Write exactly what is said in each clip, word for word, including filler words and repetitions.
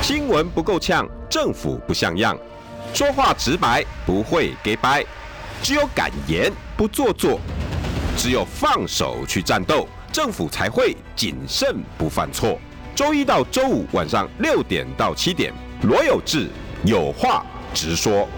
新闻不够呛，政府不像样，说话直白，不会给掰，只有敢言不做作，只有放手去战斗，政府才会谨慎不犯错。周一到周五晚上六点到七点，罗有志有话直说。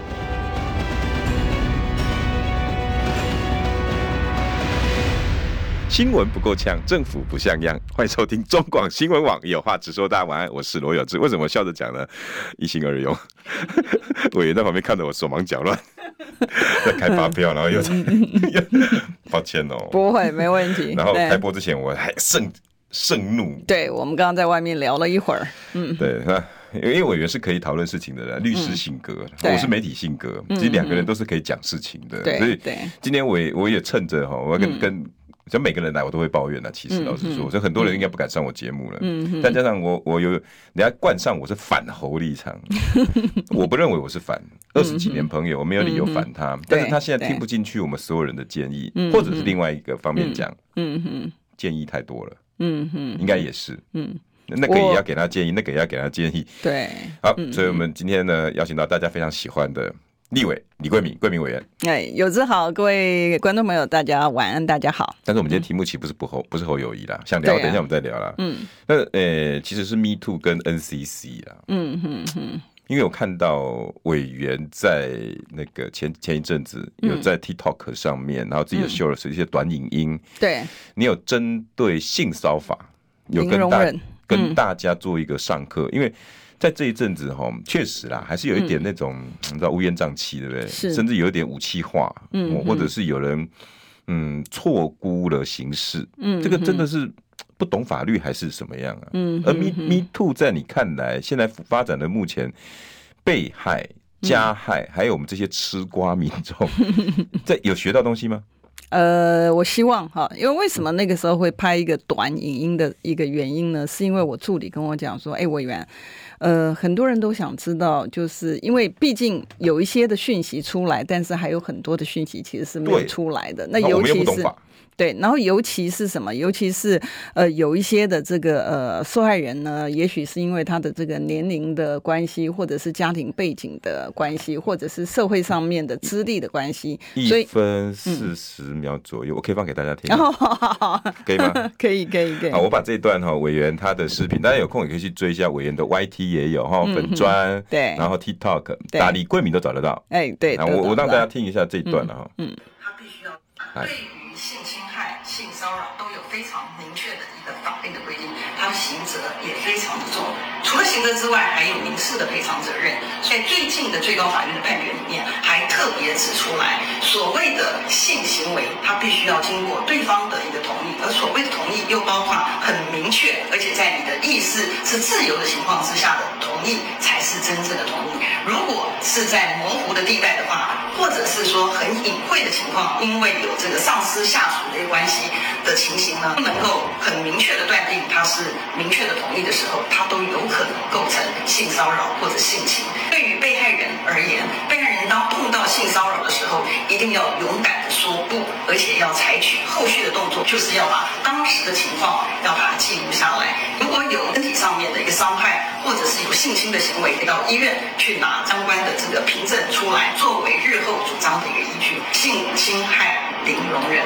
新闻不够呛，政府不像样。欢迎收听中广新闻网有话直说。大家晚安，我是罗有志。为什么笑着讲呢？一心二用。委员在旁边看着我手忙脚乱，在开发票，然后又在抱歉哦， 不会，没问题。 然后开播之前我还盛盛怒。 对，我们刚刚在外面聊了一会儿。嗯， 对，那因为委员是可以讨论事情的人，律师性格， 嗯、 我是媒体性格，其实两个人都是可以讲事情的。 对， 所以对， 今天我也我也趁着哈，我要跟、嗯、跟。就每个人来我都会抱怨啊，其实老实说，所以很多人应该不敢上我节目了。嗯，再加上我我有人家冠上我是反侯立场，我不认为我是反，二十几年朋友，我没有理由反他。但是他现在听不进去我们所有人的建议，或者是另外一个方面讲，嗯哼，建议太多了，嗯哼，应该也是，嗯。那个也要给他建议，那个也要给他建议。 对， 好，所以我们今天呢，邀请到大家非常喜欢的立委李桂敏，桂敏委员。 哎，有志好，各位观众朋友，大家晚安，大家好。 但是我们今天题目其实不是不侯，不是侯友宜啦，想聊，等一下我们再聊啦。嗯，那呃，其实是 Me Too 跟 N C C 啦。嗯哼哼。因为我看到委员在那个前前一阵子有在 TikTok 上面，然后自己也秀了一些短影音。对，你有针对性骚法有跟大跟大家做一个上课，因为。在这一阵子哈，确实啦，还是有一点那种、嗯、你知道乌烟瘴气，对不对？甚至有一点武器化，嗯，或者是有人嗯错估了形势，嗯，这个真的是不懂法律还是什么样啊？嗯，而 Me Me Too 在你看来，现在发展的目前被害、加害，还有我们这些吃瓜民众，在有学到东西吗？ 呃，我希望哈，因为为什么那个时候会拍一个短影音的一个原因呢？是因为我助理跟我讲说，哎，委员，呃，很多人都想知道，就是因为毕竟有一些的讯息出来，但是还有很多的讯息其实是没有出来的。那尤其是对，然后尤其是什么？尤其是呃，有一些的这个呃受害人呢，也许是因为他的这个年龄的关系，或者是家庭背景的关系，或者是社会上面的资历的关系。 一分四十秒左右，嗯、我可以放给大家听， 哦、好好好可以吗？ 可以，可以，可以。 好，我把这一段哈委员他的视频，大家有空也可以去追一下委员的 Y T 也有哈、嗯、粉专，对，然后 TikTok 打李桂敏都找得到。 哎，对， 我我让大家听一下这一段了哈。 嗯， 他必须要对于性侵害、性骚扰都有非常明确的一个法律的规定，它的刑责也非常的重。除了刑责之外，还有民事的赔偿责任。所以最近的最高法院的判决里面，还特别指出来，所谓的性行为，它必须要经过对方的一个同意，而所谓的同意又包括很明确，而且在你的意识是自由的情况之下的同意，才是真正的同意。如果是在模糊的地带的话，或者是说很隐晦的情况，因为有这个上司下属的关系的情形呢，不能够很明确的断定它是明确的同意的时候，它都有可能构成性骚扰或者性侵。对于被害人而言，被害人当碰到性骚扰的时候，一定要勇敢的说不，而且要采取后续的动作，就是要把当时的情况要把它记录下来。如果有身体上面的一个伤害，或者是有性侵的行为，到医院去拿相关的这个凭证出来，作为日后主张的一个依据。性侵害零容忍。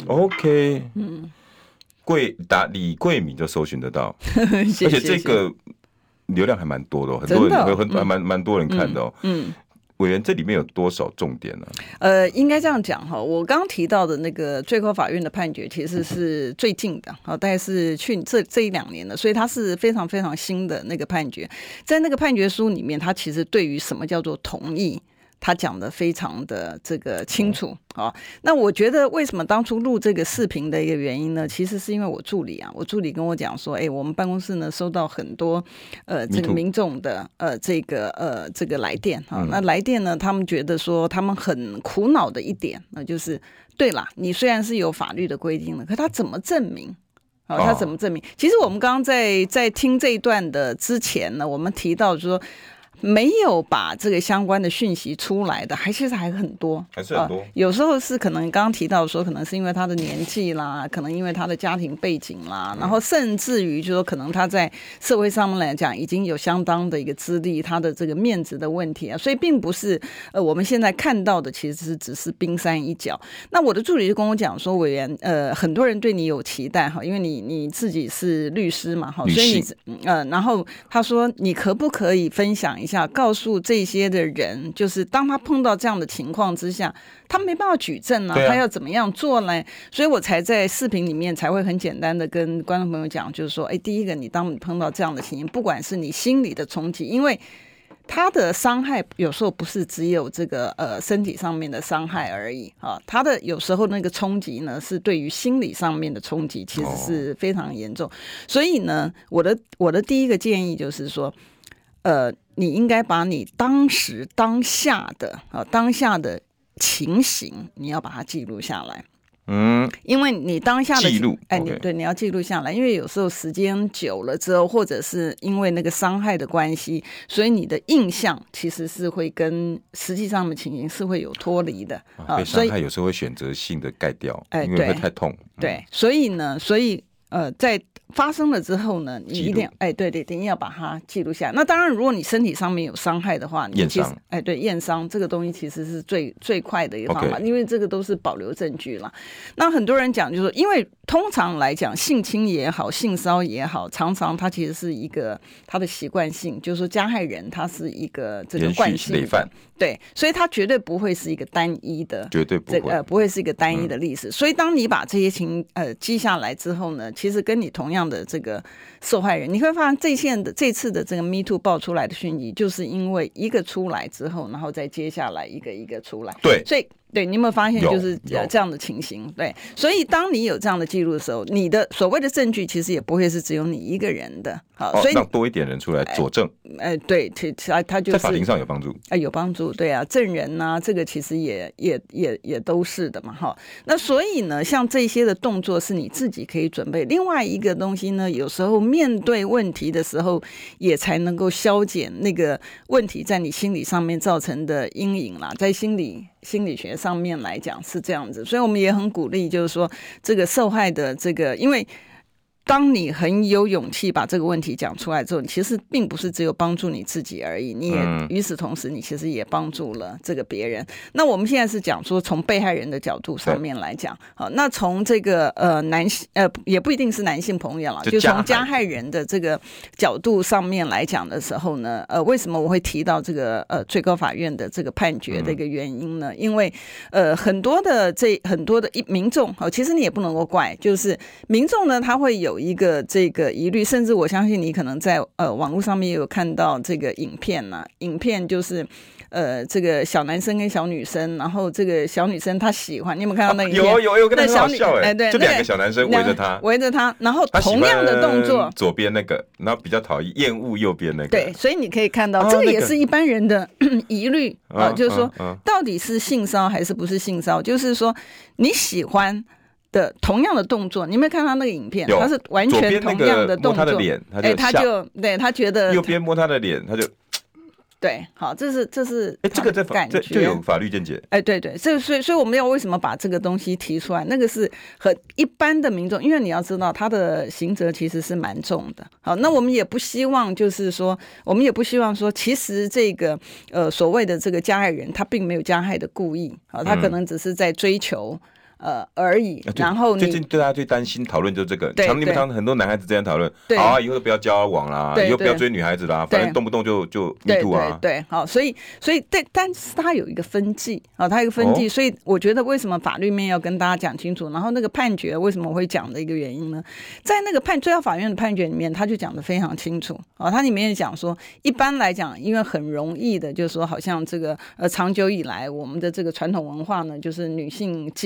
OK， 嗯，桂打李桂敏就搜寻得到，谢谢，而且这个流量还蛮多的、哦，很多人有很还蛮蛮多人看的哦。嗯，委员这里面有多少重点呢、啊？ 呃，应该这样讲哈，我刚刚提到的那个最高法院的判决其实是最近的，好，大概是去这这一两年的，所以它是非常非常新的那个判决。在那个判决书里面，它其实对于什么叫做同意，他讲的非常的这个清楚。好，那我觉得为什么当初录这个视频的一个原因呢？其实是因为我助理啊，我助理跟我讲说，哎，我们办公室呢收到很多呃这个民众的呃这个呃这个来电啊、嗯，那来电呢，他们觉得说他们很苦恼的一点，那就是对啦，你虽然是有法律的规定的，可他怎么证明？哦，他怎么证明？其实我们刚刚在在听这一段的之前呢，我们提到说。 没有把这个相关的讯息出来的，还其实还很多， 还是很多、呃。 有时候是可能刚刚提到说，可能是因为他的年纪啦，可能因为他的家庭背景啦，嗯、然后甚至于就说可能他在社会上面来讲已经有相当的一个资历，他的这个面子的问题啊，所以并不是呃我们现在看到的其实是只是冰山一角。那我的助理就跟我讲说，委员呃很多人对你有期待哈，因为你你自己是律师嘛哈，所以你呃然后他说你可不可以分享一下？告诉这些的人，就是当他碰到这样的情况之下，他没办法举证啊，啊他要怎么样做呢？所以我才在视频里面才会很简单的跟观众朋友讲，就是说，哎，第一个，你当你碰到这样的情形，不管是你心理的冲击，因为他的伤害有时候不是只有这个呃身体上面的伤害而已啊，他的有时候那个冲击呢，是对于心理上面的冲击，其实是非常严重。哦、所以呢，我的我的第一个建议就是说，呃。你应该把你当时当下的啊当下的情形，你要把它记录下来。嗯，因为你当下的记录， 哎，你对，你要记录下来，因为有时候时间久了之后，或者是因为那个伤害的关系，所以你的印象其实是会跟实际上的情形是会有脱离的啊。被伤害有时候会选择性的盖掉，哎，因为会太痛。嗯、 对，所以呢，所以呃，在发生了之后呢，你一定哎，对对，一定要把它记录下来。那当然，如果你身体上面有伤害的话，你其实哎，对，验伤这个东西其实是最最快的一个方法， okay. 因为这个都是保留证据了。那很多人讲就是说，因为通常来讲，性侵也好，性骚也好，常常它其实是一个它的习惯性，就是说加害人他是一个这个惯性累犯， 对，所以它绝对不会是一个单一的， 绝对不会， 这个呃不会是一个单一的历史。嗯、所以当你把这些情呃记下来之后呢，其实跟你同样的这个受害人，你会发现这件的这次的这个 Me Too 爆出来的讯息，就是因为一个出来之后，然后再接下来一个一个出来， 对， 所以。对，你有没有发现就是这样的情形？对，所以当你有这样的记录的时候，你的所谓的证据其实也不会是只有你一个人的。好， 哦、 所以让多一点人出来佐证。 哎，对，他他就是在法庭上有帮助。 哎，有帮助，对啊，证人呐、啊，这个其实也也也也都是的嘛，哈。那所以呢，像这些的动作是你自己可以准备。另外一个东西呢，有时候面对问题的时候，也才能够消减那个问题在你心理上面造成的阴影啦，在心理。心理学上面来讲是这样子，所以我们也很鼓励，就是说这个受害的这个，因为当你很有勇气把这个问题讲出来之后，你其实并不是只有帮助你自己而已，你也与此同时，你其实也帮助了这个别人。那我们现在是讲说从被害人的角度上面来讲，好，那从这个呃男性呃也不一定是男性朋友了，就从加害人的这个角度上面来讲的时候呢，呃，为什么我会提到这个呃最高法院的这个判决的一个原因呢？因为呃很多的这很多的民众，哦，其实你也不能够怪，就是民众呢他会有。有一个这个疑虑，甚至我相信你可能在呃网络上面也有看到这个影片呐、啊，影片就是呃这个小男生跟小女生，然后这个小女生她喜欢，你有没有看到那个影片？ 有有有，跟他很好笑哎，对， 就两个小男生围着他， 围着他，然后同样的动作， 左边那个，然后比较讨厌厌恶右边那个， 对，所以你可以看到、哦、这个也是一般人的疑虑啊、哦，就是说、哦哦、到底是性骚还是不是性骚，就是说你喜欢。的同样的动作，你有没有看到那个影片？他是完全同样的动作。 摸他的脸，他就、欸、 他就对他觉得右边摸他的脸，他就对，好，这是这是哎、欸，这个在法这就有法律见解。 哎、欸，对对，这所以所以我们要为什么把这个东西提出来？那个是和一般的民众，因为你要知道他的刑责其实是蛮重的。好，那我们也不希望就是说，我们也不希望说，其实这个呃所谓的这个加害人，他并没有加害的故意，好，他可能只是在追求。嗯呃而已，然后最近对大家最担心讨论就是这个，常你们常很多男孩子这样讨论，好啊，以后都不要交往啦，以后不要追女孩子啦，反正动不动就就 Me Too 啊， 对对，好，所以所以对，但是它有一个分际啊，它有一个分际，哦、所以我觉得为什么法律面要跟大家讲清楚，然后那个判决为什么我会讲的一个原因呢？在那个判最高法院的判决里面，他就讲得非常清楚啊，它里面也讲说，一般来讲，因为很容易的，就是说好像这个呃长久以来我们的这个传统文化呢，就是女性矜持。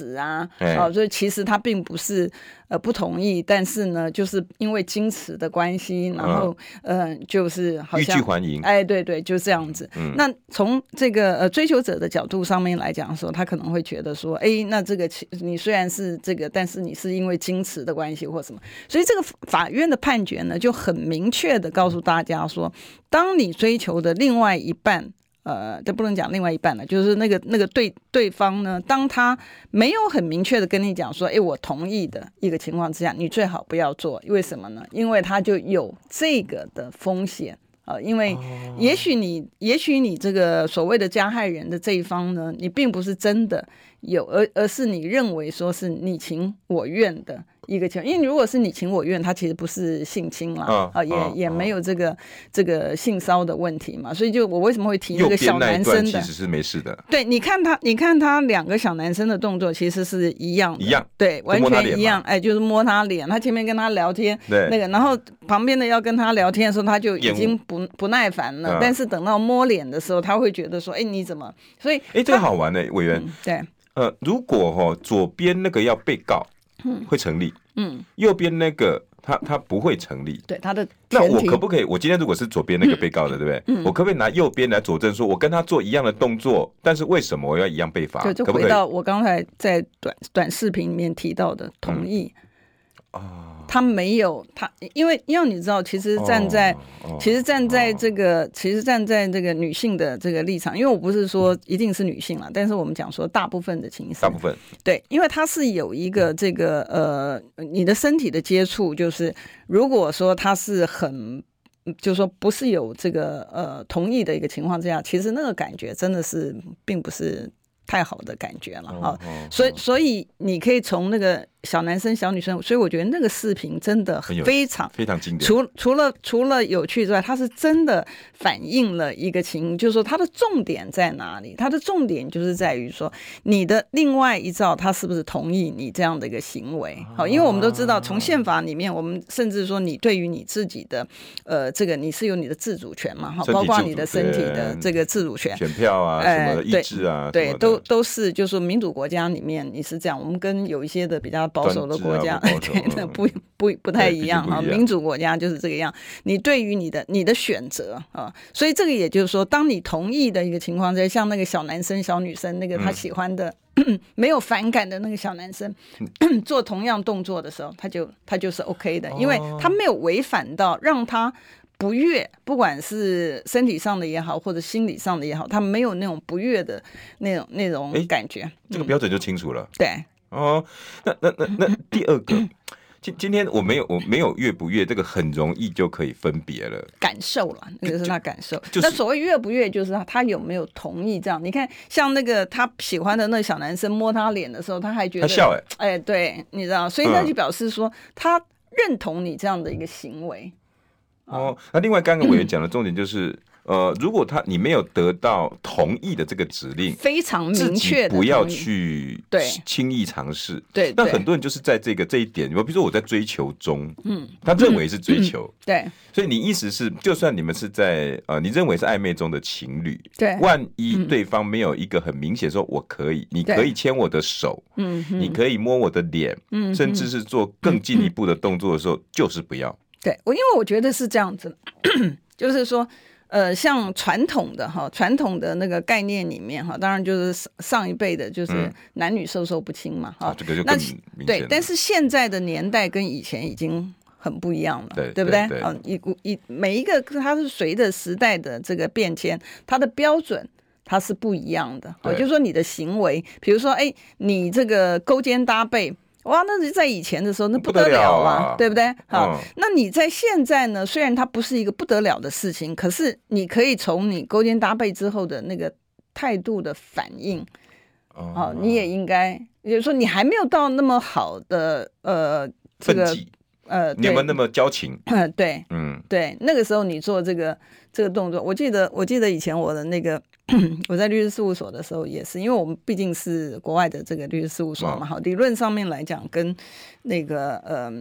持啊，啊，所以其实他并不是呃不同意，但是呢，就是因为矜持的关系，然后嗯、呃，就是好像欲拒还迎， 哎，对对，就这样子。嗯、那从这个呃追求者的角度上面来讲的时候，他可能会觉得说，哎，那这个你虽然是这个，但是你是因为矜持的关系或什么，所以这个法院的判决呢，就很明确的告诉大家说，当你追求的另外一半。呃，这不能讲另外一半了，就是那个那个对对方呢，当他没有很明确的跟你讲说，哎，我同意的一个情况之下，你最好不要做，为什么呢？因为他就有这个的风险啊、呃，因为也许你，也许你这个所谓的加害人的这一方呢，你并不是真的有，而而是你认为说是你情我愿的。一个情况，因为如果是你情我愿，他其实不是性侵啦，啊，啊也、啊、也没有这个、啊、这个性骚的问题嘛，所以就我为什么会提那个小男生的， 其实是没事的。 对，你看他，你看他两个小男生的动作其实是一样的， 一样， 对，完全一样，哎，就是摸他脸，他前面跟他聊天， 对， 那个，然后旁边的要跟他聊天的时候，他就已经不不耐烦了，但是等到摸脸的时候，他会觉得说，哎，你怎么？所以， 哎，这个好玩呢、欸，委员、嗯， 对， 呃，如果哈、哦、左边那个要被告，嗯，会成立。嗯，右边那个他他不会成立， 对他的。 那我可不可以？我今天如果是左边那个被告的，嗯、对不对？嗯，我可不可以拿右边来佐证说，我跟他做一样的动作，但是为什么我要一样被罚？ 对，就回到我刚才在短短视频里面提到的同意。啊、嗯。哦他没有他，因为因为你知道，其实站在、哦、其实站在这个、哦、其实站在这个女性的这个立场，因为我不是说一定是女性啦，但是我们讲说大部分的情势， 大部分对，因为它是有一个这个呃，你的身体的接触，就是如果说它是很。就是说，不是有这个呃同意的一个情况之下，其实那个感觉真的是并不是太好的感觉了哈、哦哦。所以，所以你可以从那个小男生、小女生，所以我觉得那个视频真的非常非常经典。 除除了除了有趣之外，它是真的反映了一个情，就是说它的重点在哪里？它的重点就是在于说，你的另外一照他是不是同意你这样的一个行为？好，因为我们都知道，从宪法里面，我们甚至说你对于你自己的呃这个你是有你的自主权嘛，哈，包括你的身体的这个自主权， 选票啊，什么的意志啊， 对，对都都是就是说民主国家里面你是这样，我们跟有一些的比较保守的国家，对，那不不不太一样哈。民主国家就是这个样。你对于你的你的选择啊，所以这个也就是说，当你同意的一个情况下，像那个小男生、小女生，那个他喜欢的、嗯、没有反感的那个小男生做同样动作的时候，他就他就是 OK 的，因为他没有违反到让他不悦，不管是身体上的也好，或者心理上的也好，他没有那种不悦的那种那种感觉。 这个标准就清楚了。 嗯、对。 哦，那那那那第二个，今今天我没有我没有悦不悦，这个很容易就可以分别了。 感受了，那个是他感受。就, 就是、那所谓悦不悦，就是他他有没有同意这样？你看，像那个他喜欢的那个小男生摸他脸的时候，他还觉得他笑哎、 欸，哎，对，你知道，所以那就表示说、嗯、他认同你这样的一个行为。 哦，那另外刚刚委员讲的重点就是。嗯呃，如果他你没有得到同意的这个指令， 非常明确的， 不要去轻易尝试。 对， 那很多人就是在这个这一点，比如说我在追求中，嗯，他认为是追求， 嗯、对， 所以你意思是，就算你们是在呃，你认为是暧昧中的情侣， 对， 万一对方没有一个很明显说我可以，你可以牵我的手，嗯，你可以摸我的脸，嗯，甚至是做更进一步的动作的时候，嗯、就是不要。 对，我因为我觉得是这样子，就是说。呃，像传统的哈，传统的那个概念里面哈，当然就是上一辈的，就是男女授受不亲嘛哈、 嗯。这个就更明显了。 对，但是现在的年代跟以前已经很不一样了， 对， 对不对？ 对啊，一一每一个它是随着时代的这个变迁，它的标准它是不一样的。哦，就是说你的行为，比如说，哎，你这个勾肩搭背。哇，那是在以前的时候，那不得了啊，对不对？好、嗯，那你在现在呢？虽然它不是一个不得了的事情，可是你可以从你勾肩搭背之后的那个态度的反应，哦，哦你也应该，也就是说，你还没有到那么好的呃这个呃， 你有没有那么交情？ 呃，对，嗯，对，那个时候你做这个这个动作，我记得，我记得以前我的那个。我在律师事务所的时候也是，因为我们毕竟是国外的这个律师事务所嘛，好，理论上面来讲，跟那个呃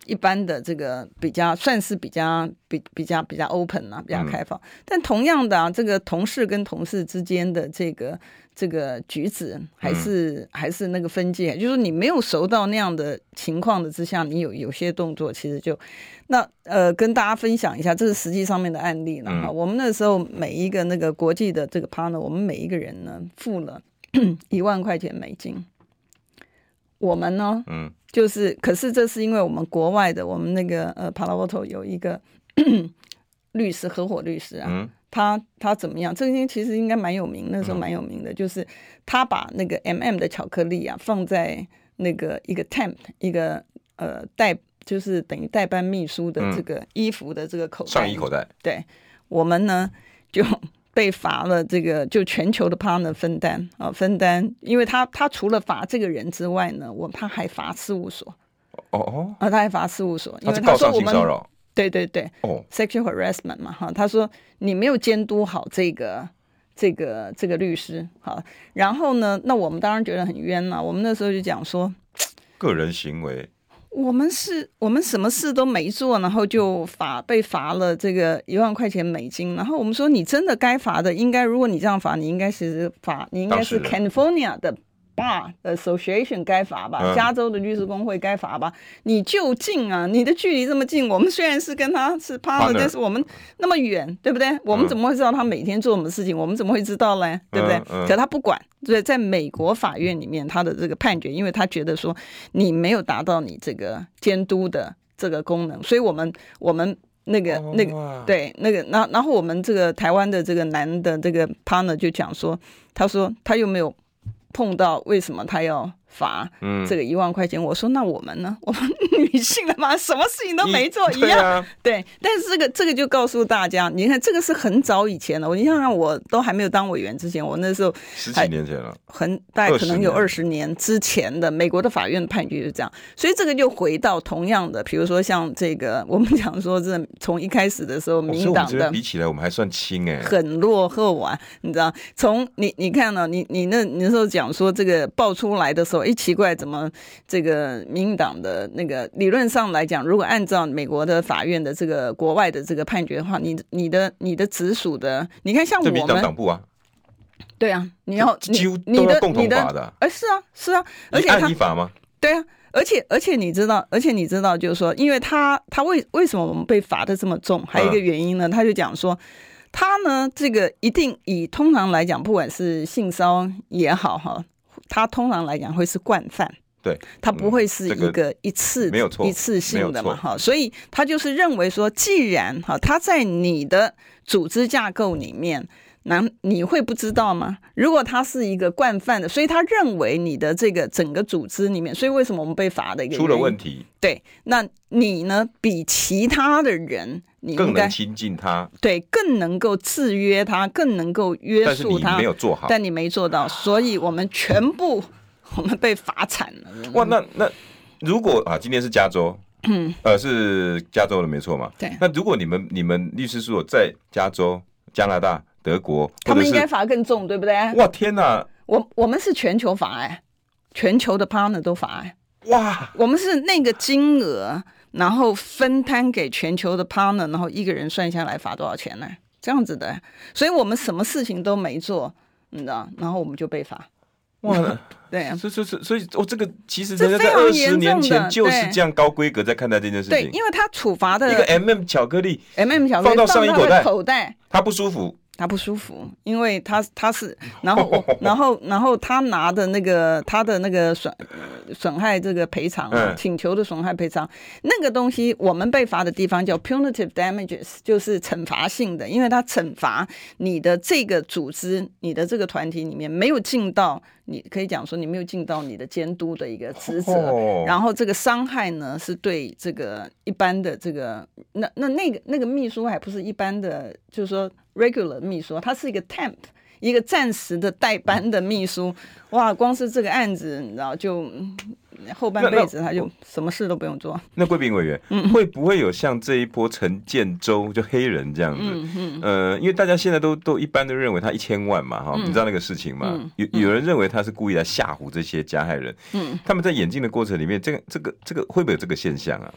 一般的这个比较算是比较比比较比较 open 啊，比较开放。嗯、但同样的啊，这个同事跟同事之间的这个这个举止，还是、嗯、还是那个分界，就是你没有熟到那样的情况的之下，你有有些动作其实就那呃跟大家分享一下，这是实际上面的案例了哈、嗯。我们那时候每一个那个国际的这个 partner， 我们每一个人呢付了一万块钱美金。我们呢，嗯，就是，可是这是因为我们国外的，我们那个呃 Palo Alto 有一个律师，合伙律师啊，嗯、他他怎么样？这个其实应该蛮有名，那时候蛮有名的，嗯、就是他把那个 M M 的巧克力啊放在那个一个 temp 一个呃代，就是等于代班秘书的这个衣服的这个口袋， 上衣口袋。 对，我们呢就。被罚了，这个就全球的 partner 分担啊，分担，因为他他除了罚这个人之外呢，我他还罚事务所。 哦哦， 啊，他还罚事务所，因为他说我们对对对， 哦 ，sexual harassment 嘛，哈，他说你没有监督好这个这个这个律师，好，然后呢，那我们当然觉得很冤了，我们那时候就讲说， 个人行为。 我们是，我们什么事都没做，然后就罚被罚了这个一万块钱美金。然后我们说，你真的该罚的，应该如果你这样罚，你应该是罚，你应该是 California 的 Bar Association 该罚吧，嗯、加州的律师工会该罚吧。你就近啊，你的距离这么近，我们虽然是跟他是 partner， 但是我们那么远，对不对？我们怎么会知道他每天做什么事情？我们怎么会知道呢？对不对？嗯嗯、可他不管。所以在美国法院里面，他的这个判决，因为他觉得说你没有达到你这个监督的这个功能，所以我们我们那个、oh, 那个、wow. 对那个，然后然后我们这个台湾的这个男的这个 partner 就讲说，他说他又没有碰到，为什么他要罚这个一万块钱？嗯、我说那我们呢？我们女性的嘛，什么事情都没做一样，对啊、对。但是这个这个就告诉大家，你看这个是很早以前了。我你想想，我都还没有当委员之前，我那时候十几年前了， 很大概可能有二十年之前的美国的法院的判决是这样。所以这个就回到同样的，比如说像这个，我们讲说这从一开始的时候，民进党的比起来，我们还算轻哎、欸， 很落后啊，你知道？从你你看呢、喔，你你那你那时候讲说这个爆出来的时候。哎，奇怪，怎么这个民进党的那个理论上来讲，如果按照美国的法院的这个国外的这个判决的话，你你的你的直属的，你看像我们民进党党部啊， 对啊，你要几乎都要共同法的， 哎，是啊是啊，而且按依法吗？ 对啊，而且而且你知道，而且你知道，就是说，因为他他为为什么我们被罚的这么重，还有一个原因呢，他就讲说。他呢，这个一定以通常来讲，不管是性骚也好哈。他通常来讲会是惯犯， 对， 他不会是一个一次、嗯这个、一次性的嘛，哈，所以他就是认为说，既然哈他在你的组织架构里面，那你会不知道吗？如果他是一个惯犯的，所以他认为你的这个整个组织里面，所以为什么我们被罚的一个原因出了问题？ 对，那你呢比其他的人。你更能亲近他， 对，更能够制约他，更能够约束他。 但是你没有做好， 但你没做到，所以我们全部我们被罚惨了。 哇，那那如果啊，今天是加州，嗯，呃，是加州的没错嘛？ 对。 那如果你们你们律师事务所在加州、加拿大、德国， 他们应该罚更重，对不对？ 哇，天哪！ 我我们是全球罚哎、欸，全球的 partner 都罚哎、 欸，哇， 我们是那个金额。然后分摊给全球的 partner， 然后一个人算下来罚多少钱呢？这样子的，所以我们什么事情都没做，你知道，然后我们就被罚。 哇， 对啊， 所以所以所以，我、哦、这个其实人家在二十年前就是这样高规格在看待这件事情。 对，因为他处罚的一个 M M 巧克力 ，M M 巧克力放到上衣口袋， 口袋， 他不舒服。 他不舒服，因为他他是，然后我，然后然后他拿的那个他的那个损损害这个赔偿、啊，请求的损害赔偿，那个东西我们被罚的地方叫 punitive damages， 就是惩罚性的，因为他惩罚你的这个组织、你的这个团体里面没有尽到，你可以讲说你没有尽到你的监督的一个职责，哦、然后这个伤害呢是对这个一般的这个那那那个那个秘书还不是一般的，就是说。regular 秘书，他是一个 temp， 一个暂时的代班的秘书。哇，光是这个案子，你知道，就后半辈子他就什么事都不用做。 那贵宾委员、嗯、会不会有像这一波陈建州就黑人这样子？嗯嗯、呃，因为大家现在都都一般都认为他一千万嘛，哈、嗯，你知道那个事情吗？嗯、有有人认为他是故意来吓唬这些加害人。嗯，他们在演进的过程里面，这个这个这个会不会有这个现象啊？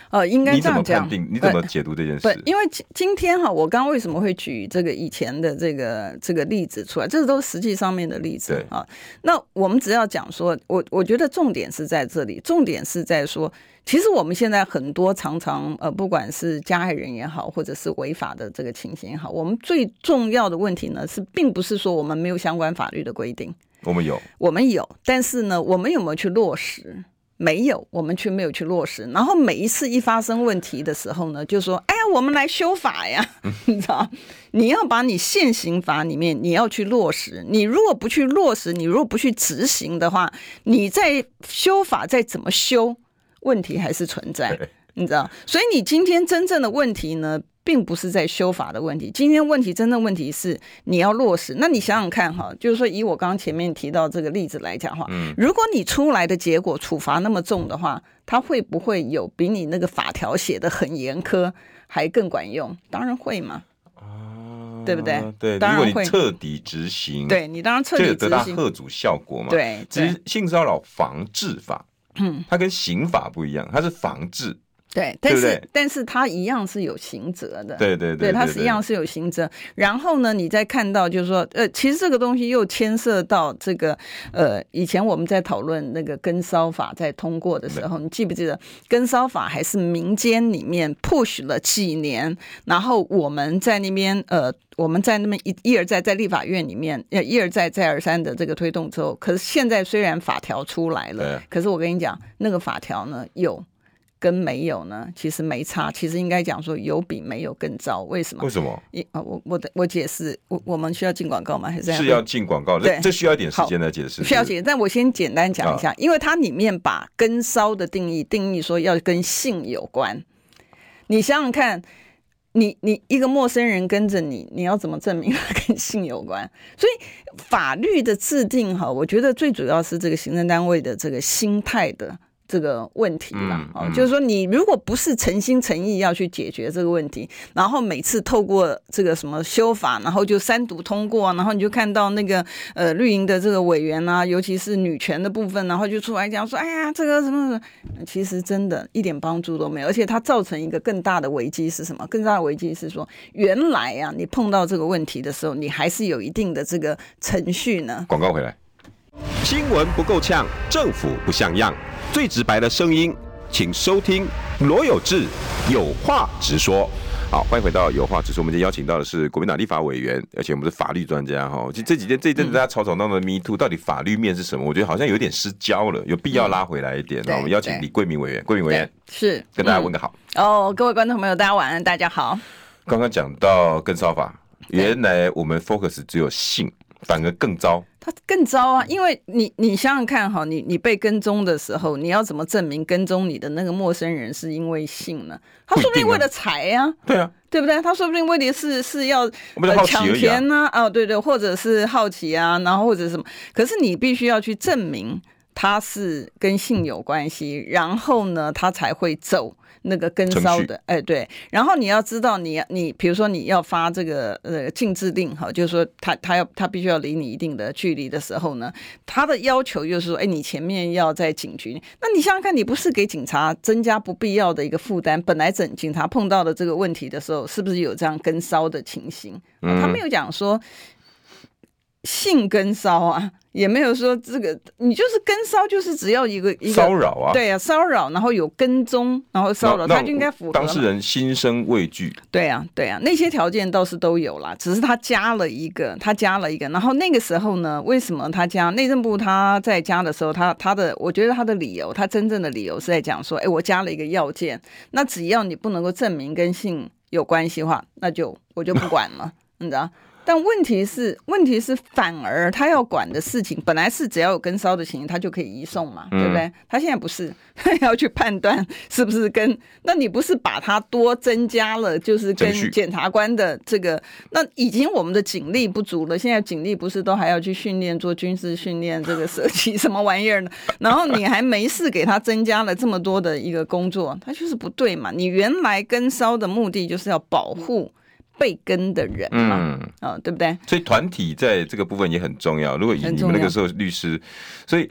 呃，应该这样讲。 你怎么判定？你怎么解读这件事？ 不，因为今天哈，我刚刚为什么会举这个以前的这个这个例子出来？这都是实际上面的例子啊。那我们只要讲说，我我觉得重点是在这里，重点是在说，其实我们现在很多常常呃，不管是加害人也好，或者是违法的这个情形也好，我们最重要的问题呢，是并不是说我们没有相关法律的规定， 我们有， 我们有，但是呢，我们有没有去落实？没有，我们却没有去落实。然后每一次一发生问题的时候呢，就说：“哎呀，我们来修法呀！”你知道，你要把你现行法里面你要去落实。你如果不去落实，你如果不去执行的话，你在修法再怎么修，问题还是存在。你知道，所以你今天真正的问题呢，并不是在修法的问题，今天问题真正问题是你要落实。那你想想看哈，就是说以我刚刚前面提到这个例子来讲的话，嗯，如果你出来的结果处罚那么重的话，它会不会有比你那个法条写得很严苛还更管用？当然会嘛。啊，对不对？ 对， 当然会。 如果你彻底执行， 对你当然彻底执行， 就有得到吓阻效果嘛。 对， 其实性骚扰防治法，嗯，它跟刑法不一样，它是防治。 对，但是对对但是它一样是有刑责的， 对对 对, 对, 对， 它是一样是有刑责。然后呢，你再看到就是说，呃，其实这个东西又牵涉到这个，呃，以前我们在讨论那个跟骚法在通过的时候，你记不记得跟骚法还是民间里面 push 了几年，然后我们在那边呃。我们在那边一一而再在立法院里面一而再再而三的这个推动之后，可是现在虽然法条出来了，可是我跟你讲，那个法条呢有跟没有呢，其实没差。其实应该讲说有比没有更糟。为什么？ 为什么？ 啊，我我的我解释，我我们需要进广告吗？还是是要进广告？对，这需要一点时间来解释。 需要解释，但我先简单讲一下，因为它里面把跟骚的定义定义说要跟性有关。你想想看。你你一个陌生人跟着你，你要怎么证明他跟性有关？所以法律的制定哈，我觉得最主要是这个行政单位的这个心态的这个问题啦、嗯嗯、就是说你如果不是诚心诚意要去解决这个问题，然后每次透过这个什么修法，然后就三读通过，然后你就看到那个呃绿营的这个委员啊，尤其是女权的部分，然后就出来讲说，哎呀，这个什么什么，其实真的一点帮助都没有，而且它造成一个更大的危机是什么？更大的危机是说，原来啊，你碰到这个问题的时候，你还是有一定的这个程序呢。 广告回来， 新闻不够呛，政府不像样。最直白的声音，请收听罗有志有话直说。好，欢迎回到有话直说。我们今天邀请到的是国民党立法委员，而且我们是法律专家哈。这几天这一阵子大家吵吵闹闹的 Me Too， 到底法律面是什么？我觉得好像有点失焦了，有必要拉回来一点。那、嗯、我们邀请李桂明委员，桂明委员是跟大家问个好、 嗯。哦，各位观众朋友，大家晚安，大家好。 刚刚讲到跟骚法，原来我们 focus 只有性。反而更糟， 它更糟啊！因为你你想想看哈，你你被跟踪的时候，你要怎么证明跟踪你的那个陌生人是因为性呢？他说不定为了财呀、啊， 对啊， 对不对？他说不定为的是是要抢田呐，哦，对对，或者是好奇啊，然后或者是什么？可是你必须要去证明他是跟性有关系，然后呢，他才会走。那个跟骚的，哎，对，然后你要知道你，你你比如说你要发这个呃禁制令哈，就是说他他要他必须要离你一定的距离的时候呢，他的要求就是说，哎，你前面要在警局，那你想想看，你不是给警察增加不必要的一个负担？本来整警察碰到的这个问题的时候，是不是有这样跟骚的情形？嗯、他没有讲说性跟骚啊。也没有说这个，你就是跟骚，就是只要一个一个骚扰啊， 对啊，骚扰，然后有跟踪，然后骚扰，他就应该符合。 当事人心生畏惧。 对啊，对啊，那些条件倒是都有啦，只是他加了一个，他加了一个，然后那个时候呢，为什么他加？内政部他在加的时候，他他的，我觉得他的理由，他真正的理由是在讲说，哎，我加了一个要件，那只要你不能够证明跟性有关系的话，那就我就不管了，你知道。但问题是，问题是反而他要管的事情，本来是只要有跟骚的情形，他就可以移送嘛，对不对？他现在不是，他要去判断是不是跟，那你不是把它多增加了，就是跟检察官的这个，那已经我们的警力不足了，现在警力不是都还要去训练做军事训练，这个射击什么玩意儿呢？然后你还没事给他增加了这么多的一个工作，他就是不对嘛。你原来跟骚的目的就是要保护被跟的人嘛，嗯、哦，对不对？ 所以团体在这个部分也很重要。如果以你们那个时候律师，所以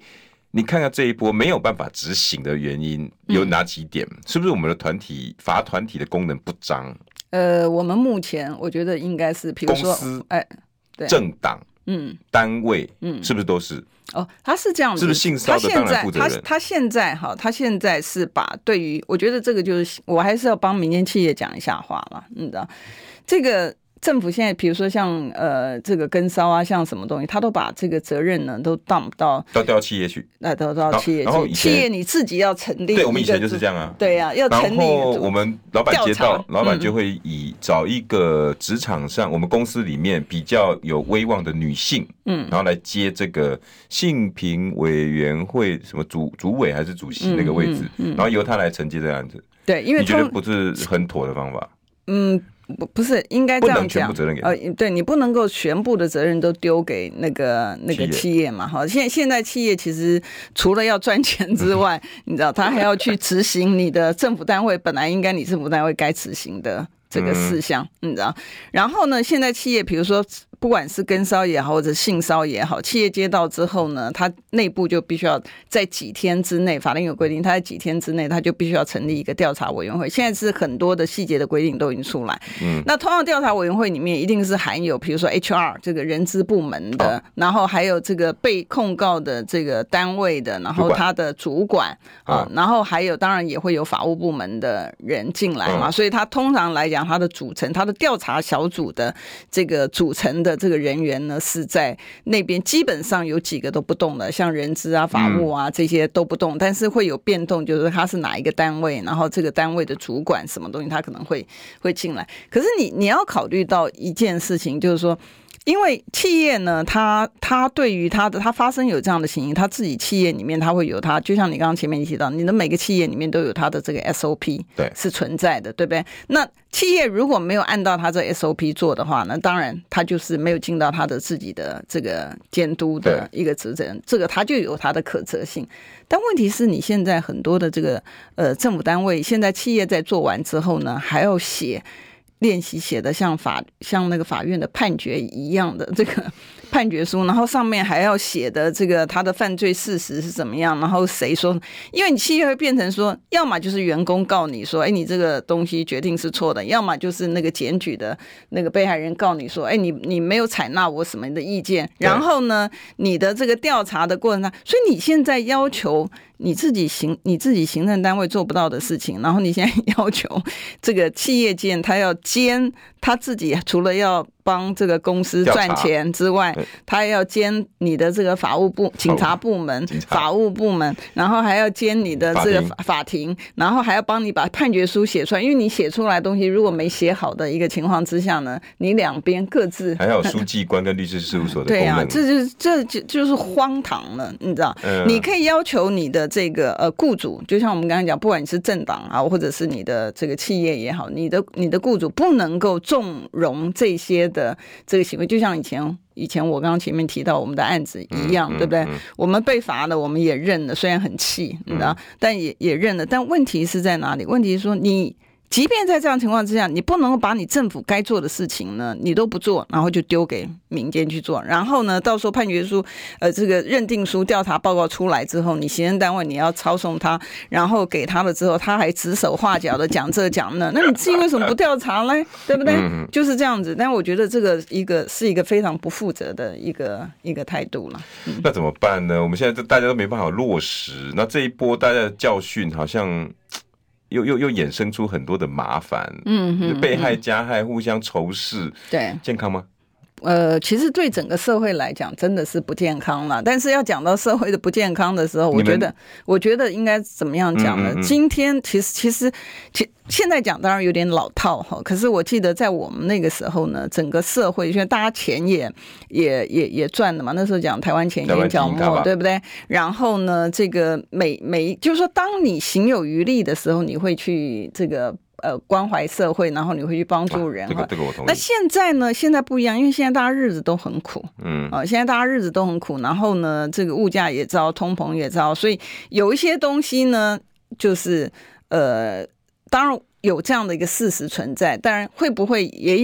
你看看这一波没有办法执行的原因有哪几点？嗯、是不是我们的团体罚团体的功能不彰？ 呃，我们目前我觉得应该是，比如说， 公司、 哎，对， 政党、 嗯， 单位，嗯，是不是都是？ 哦，他是这样子， 是不是性骚的当然负责人？ 他他现在哈，他现在是把对于，我觉得这个就是我还是要帮民间企业讲一下话了，你知道，这个。政府现在，比如说像呃这个跟骚啊，像什么东西，他都把这个责任呢都到到到到企业去， 那都到企业去。企业你自己要成立， 对，我们以前就是这样啊。 对呀、啊，要成立。 然后我们老板接到，老板就会以找一个职场上、嗯、我们公司里面比较有威望的女性，嗯，然后来接这个性平委员会什么主主委还是主席那个位置，嗯嗯嗯、然后由他来承接这个案子。 对，因为你觉得不是很妥的方法？ 嗯。不不是应该这样讲， 不能全部责任给他。 呃，对你不能够全部的责任都丢给那个那个企业嘛，哈。现现在企业其实除了要赚钱之外，你知道，他还要去执行你的政府单位本来应该你政府单位该执行的这个事项，嗯、你知道。然后呢，现在企业比如说不管是跟骚也好，或者性骚也好，企业接到之后呢，它内部就必须要在几天之内，法令有规定，它在几天之内，它就必须要成立一个调查委员会。现在是很多的细节的规定都已经出来。嗯，那通常调查委员会里面一定是含有，比如说 H R 这个人资部门的，哦、然后还有这个被控告的这个单位的，然后他的主管啊、哦，然后还有当然也会有法务部门的人进来嘛，嗯、所以他通常来讲，他的组成，他的调查小组的这个组成的。的这个人员呢是在那边基本上有几个都不动的，像人资啊、法务啊这些都不动，但是会有变动，就是他是哪一个单位，然后这个单位的主管什么东西他可能会会进来。可是你你要考虑到一件事情，就是说。因为企业呢，它它对于它的它发生有这样的情形，它自己企业里面它会有它，就像你刚刚前面提到，你的每个企业里面都有它的这个 S O P， 对，是存在的，对不对？那企业如果没有按照它这 S O P 做的话，那当然它就是没有尽到它的自己的这个监督的一个职责，这个它就有它的可责性。但问题是你现在很多的这个呃政府单位，现在企业在做完之后呢，还要写。练习写的像法像那个法院的判决一样的这个判决书，然后上面还要写的这个他的犯罪事实是怎么样，然后谁说，因为你企业会变成说，要么就是员工告你说，哎，你这个东西决定是错的，要么就是那个检举的那个被害人告你说，哎，你你没有采纳我什么的意见，然后呢，你的这个调查的过程中，所以你现在要求。你自己行你自己行政单位做不到的事情，然后你现在要求这个企业界他要兼他自己除了要帮这个公司赚钱之外，他要兼你的这个法务部、警察部门、法务部门，然后还要兼你的这个法, 法庭，然后还要帮你把判决书写出来。因为你写出来的东西如果没写好的一个情况之下呢，你两边各自还有书记官跟律师事务所的功能。 对啊，这就是这就就是荒唐了，你知道？嗯、你可以要求你的这个呃雇主，就像我们刚才讲，不管你是政党啊，或者是你的这个企业也好，你的你的雇主不能够纵容这些的这个行为，就像以前以前我刚刚前面提到我们的案子一样，嗯、对不对？嗯嗯、我们被罚了，我们也认了，虽然很气，你知道，嗯、但也也认了。但问题是在哪里？问题是说你。即便在这样的情况之下，你不能够把你政府该做的事情呢，你都不做，然后就丢给民间去做。然后呢，到时候判决书、呃，这个认定书、调查报告出来之后，你行政单位你要抄送他，然后给他了之后，他还指手画脚的讲这讲那，那你自己为什么不调查呢？对不对？就是这样子。但我觉得这个一个是一个非常不负责的一个一个态度了。嗯、 那怎么办呢？我们现在大家都没办法落实，那这一波大家的教训好像。又又又衍生出很多的麻烦，嗯哼，被害加害互相仇视， 对， 健康吗？ 呃，其实对整个社会来讲，真的是不健康了。但是要讲到社会的不健康的时候，我觉得，我觉得应该怎么样讲呢？嗯嗯嗯今天其实其实其现在讲当然有点老套哈，可是我记得在我们那个时候呢，整个社会因为大家钱也也也也赚了嘛，那时候讲台湾钱淹脚没，对不对？然后呢，这个每每就是说，当你行有余力的时候，你会去这个。呃，关怀社会，然后你会去帮助人。啊、 这个这个我同意。 那现在呢？现在不一样，因为现在大家日子都很苦，嗯，啊、呃，现在大家日子都很苦，然后呢，这个物价也糟，通膨也糟，所以有一些东西呢，就是呃，当然有这样的一个事实存在，当然会不会也有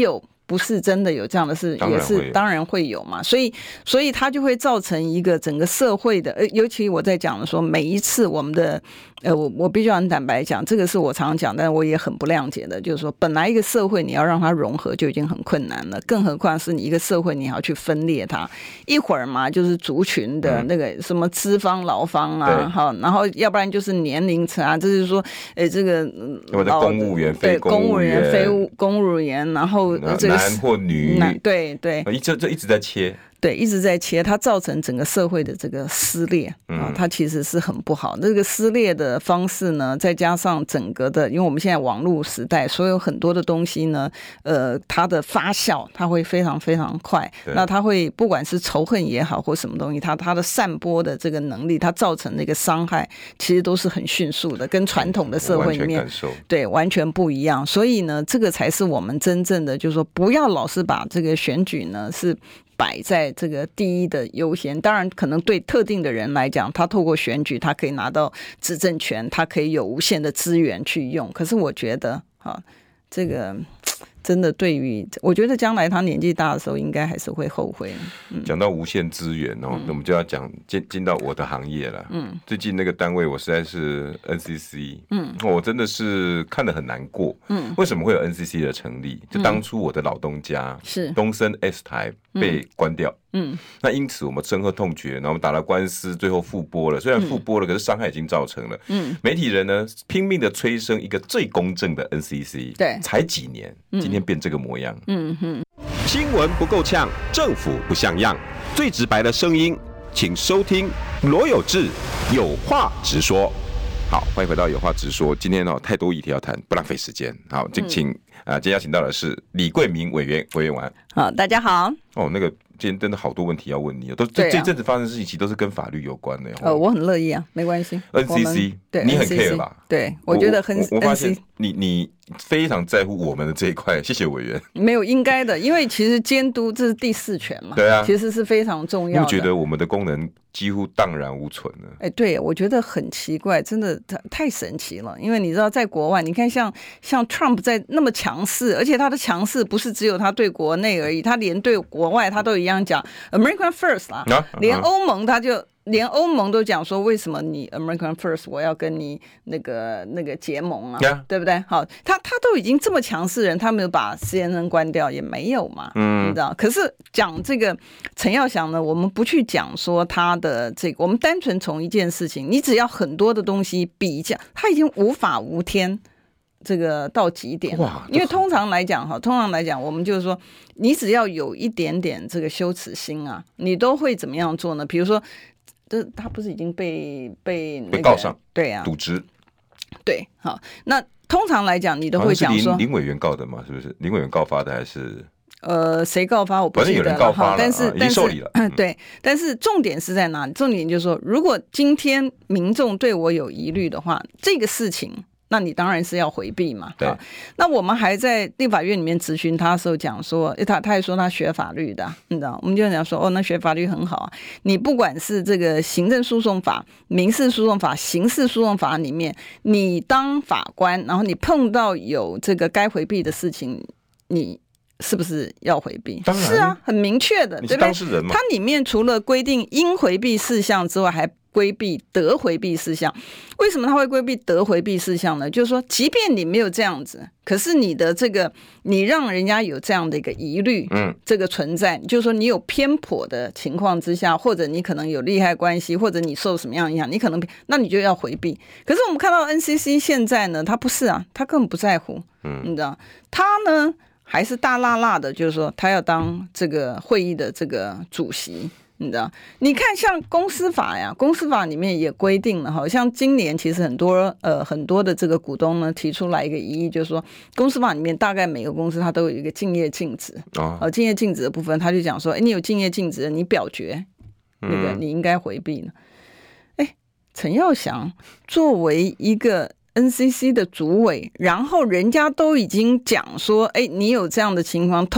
不是真的有这样的事，也是当然会有嘛，所以所以它就会造成一个整个社会的，呃，尤其我在讲的说，每一次我们的，呃，我我必须要很坦白讲，这个是我常常讲，但我也很不谅解的，就是说，本来一个社会你要让它融合就已经很困难了，更何况是你一个社会你还要去分裂它，一会儿嘛就是族群的那个什么资方劳方啊，好、嗯，然后要不然就是年龄层啊，这就是说，呃，这个老公务员、非公务员、非公务员，然后这个。 男或女， 对对， 这这一直在切， 对，一直在切，它造成整个社会的这个撕裂啊，它其实是很不好。这个撕裂的方式呢，再加上整个的，因为我们现在网络时代，所有很多的东西呢，呃，它的发酵它会非常非常快，那它会不管是仇恨也好或什么东西，它它的散播的这个能力，它造成的一个伤害，其实都是很迅速的，跟传统的社会里面对完全不一样。所以呢，这个才是我们真正的，就是说，不要老是把这个选举呢是摆在这个第一的优先。当然可能对特定的人来讲，他透过选举他可以拿到执政权，他可以有无限的资源去用，可是我觉得啊，这个真的对于我觉得将来他年纪大的时候应该还是会后悔。 讲、嗯、到无限资源哦、嗯，我们就要讲进进到我的行业了。嗯，最近那个单位我实在是 N C C， 嗯，我真的是看得很难过。嗯，为什么会有 N C C 的成立？就当初我的老东家是东森 S 台被关掉。嗯，那因此我们深恶痛绝，然后我们打了官司，最后复播了。虽然复播了，可是伤害已经造成了。嗯，媒体人呢拼命的催生一个最公正的 N C C， 对，才几年，今天变这个模样。嗯哼， 新闻不够呛，政府不像样，最直白的声音，请收听罗有志有话直说。好，欢迎回到有话直说。今天哦，太多议题要谈，不浪费时间。好，就请啊、嗯呃，今天邀请到的是李桂明委员，委员晚安。 好，大家好。 哦，那个今天真的好多问题要问你，都这、啊、这阵子发生的事情，其实都是跟法律有关的。 呃，我很乐意啊，没关系。 N C C， 对，你很 care 吧？ 对，我觉得很。 我, 我发现你你非常在乎我们的这一块，谢谢委员。 没有应该的，因为其实监督这是第四权嘛， 对啊， 其实是非常重要的。 你觉得我们的功能几乎荡然无存了？ 哎，对，我觉得很奇怪，真的太神奇了。因为你知道，在国外，你看像像 Trump 在那么强势，而且他的强势不是只有他对国内而已，他连对国外他都一样讲 American First 啦，啊、连欧盟他就。连欧盟都讲说，为什么你 American First 我要跟你那个那个结盟啊， yeah. 对不对？好，他他都已经这么强势人，他没有把 C N N 关掉也没有嘛，嗯，你知道？可是讲这个陈耀祥呢，我们不去讲说他的这个，我们单纯从一件事情，你只要很多的东西比较，他已经无法无天。这个到极点，因为通常来讲哈，通常来讲，我们就是说，你只要有一点点这个羞耻心啊，你都会怎么样做呢？比如说，这他不是已经被被、那个、 被告上， 对啊， 渎职， 对，好，那通常来讲，你都会讲说， 林委员告的嘛，是不是？林委员告发的还是？ 呃，谁告发我不记得了， 反正有人告发了， 但是、 啊、已经受理了。 但是对，但是重点是在哪里？重点就是说，如果今天民众对我有疑虑的话，这个事情。那你当然是要回避嘛。 对。 那我们还在立法院里面质询他的时候讲说，他他还说他学法律的，你知道？我们就讲说，哦，那学法律很好啊。你不管是这个行政诉讼法、民事诉讼法、刑事诉讼法里面，你当法官，然后你碰到有这个该回避的事情，你是不是要回避？ 当然是啊，很明确的， 你是当事人嘛。 它里面除了规定应回避事项之外，还规避得回避事项。为什么他会规避得回避事项呢？就是说，即便你没有这样子，可是你的这个，你让人家有这样的一个疑虑，嗯，这个存在，就是说你有偏颇的情况之下，或者你可能有利害关系，或者你受什么样的影响，你可能那你就要回避。可是我们看到 N C C 现在呢，他不是啊，他根本不在乎，嗯，你知道，他呢还是大辣辣的，就是说他要当这个会议的这个主席。你知道，你看像公司法呀，公司法里面也规定了，好像今年其实很多呃很多的这个股东呢提出来一个疑义，就是说公司法里面大概每个公司它都有一个竞业禁止啊，呃竞业禁止的部分，他就讲说，哎，你有竞业禁止，你表决那个你应该回避呢。哎，陈耀祥作为一个 N C C 的主委，然后人家都已经讲说，哎，你有这样的情况偷。